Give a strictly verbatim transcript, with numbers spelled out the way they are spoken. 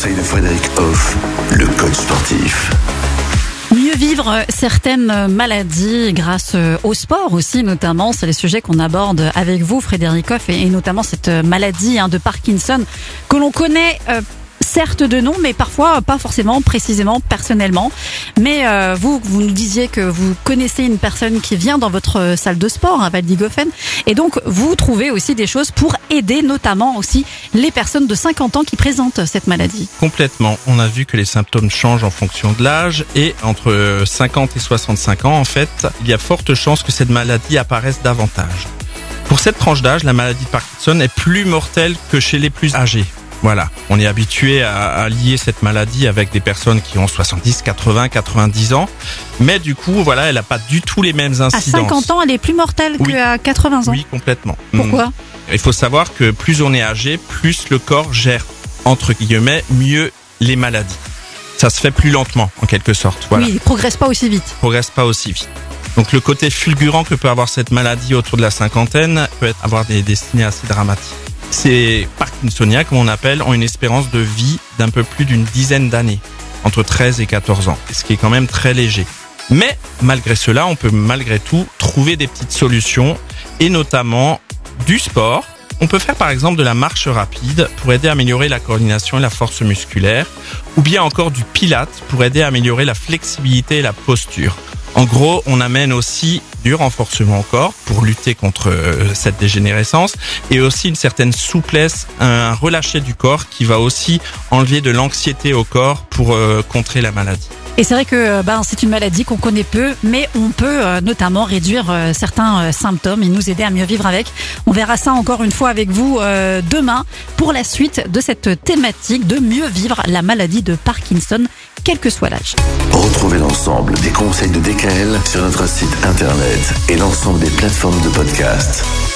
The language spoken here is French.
conseils de Frédéric Hoff, le coach sportif. Mieux vivre certaines maladies grâce au sport aussi, notamment. C'est les sujets qu'on aborde avec vous, Frédéric Hoff, et notamment cette maladie hein, de Parkinson que l'on connaît euh, certes de nom, mais parfois pas forcément précisément personnellement. Mais euh, vous, vous nous disiez que vous connaissez une personne qui vient dans votre salle de sport à Waldigofen, et donc vous trouvez aussi des choses pour aider notamment aussi les personnes de cinquante ans qui présentent cette maladie. Complètement. On a vu que les symptômes changent en fonction de l'âge, et entre cinquante et soixante-cinq ans, en fait, il y a forte chance que cette maladie apparaisse davantage. Pour cette tranche d'âge, la maladie de Parkinson est plus mortelle que chez les plus âgés. Voilà, on est habitué à, à lier cette maladie avec des personnes qui ont soixante-dix, quatre-vingts, quatre-vingt-dix ans. Mais du coup, voilà, elle n'a pas du tout les mêmes incidences. À cinquante ans, elle est plus mortelle oui. qu'à quatre-vingts ans. Oui, complètement. Pourquoi ? Il faut savoir que plus on est âgé, plus le corps gère, entre guillemets, mieux les maladies. Ça se fait plus lentement, en quelque sorte. Voilà. Oui, il ne progresse pas aussi vite. Il progresse pas aussi vite. Donc le côté fulgurant que peut avoir cette maladie autour de la cinquantaine peut avoir des destinées assez dramatiques. Ces Parkinsoniens, comme on appelle, ont une espérance de vie d'un peu plus d'une dizaine d'années, entre treize et quatorze ans, ce qui est quand même très léger. Mais malgré cela, on peut malgré tout trouver des petites solutions, et notamment du sport. On peut faire par exemple de la marche rapide pour aider à améliorer la coordination et la force musculaire, ou bien encore du pilates pour aider à améliorer la flexibilité et la posture. En gros, on amène aussi du renforcement au corps pour lutter contre euh, cette dégénérescence, et aussi une certaine souplesse, un relâcher du corps qui va aussi enlever de l'anxiété au corps pour euh, contrer la maladie. Et c'est vrai que ben, c'est une maladie qu'on connaît peu, mais on peut euh, notamment réduire euh, certains euh, symptômes et nous aider à mieux vivre avec. On verra ça encore une fois avec vous euh, demain pour la suite de cette thématique de mieux vivre la maladie de Parkinson, quel que soit l'âge. Retrouvez l'ensemble des conseils de D K L sur notre site internet et l'ensemble des plateformes de podcast.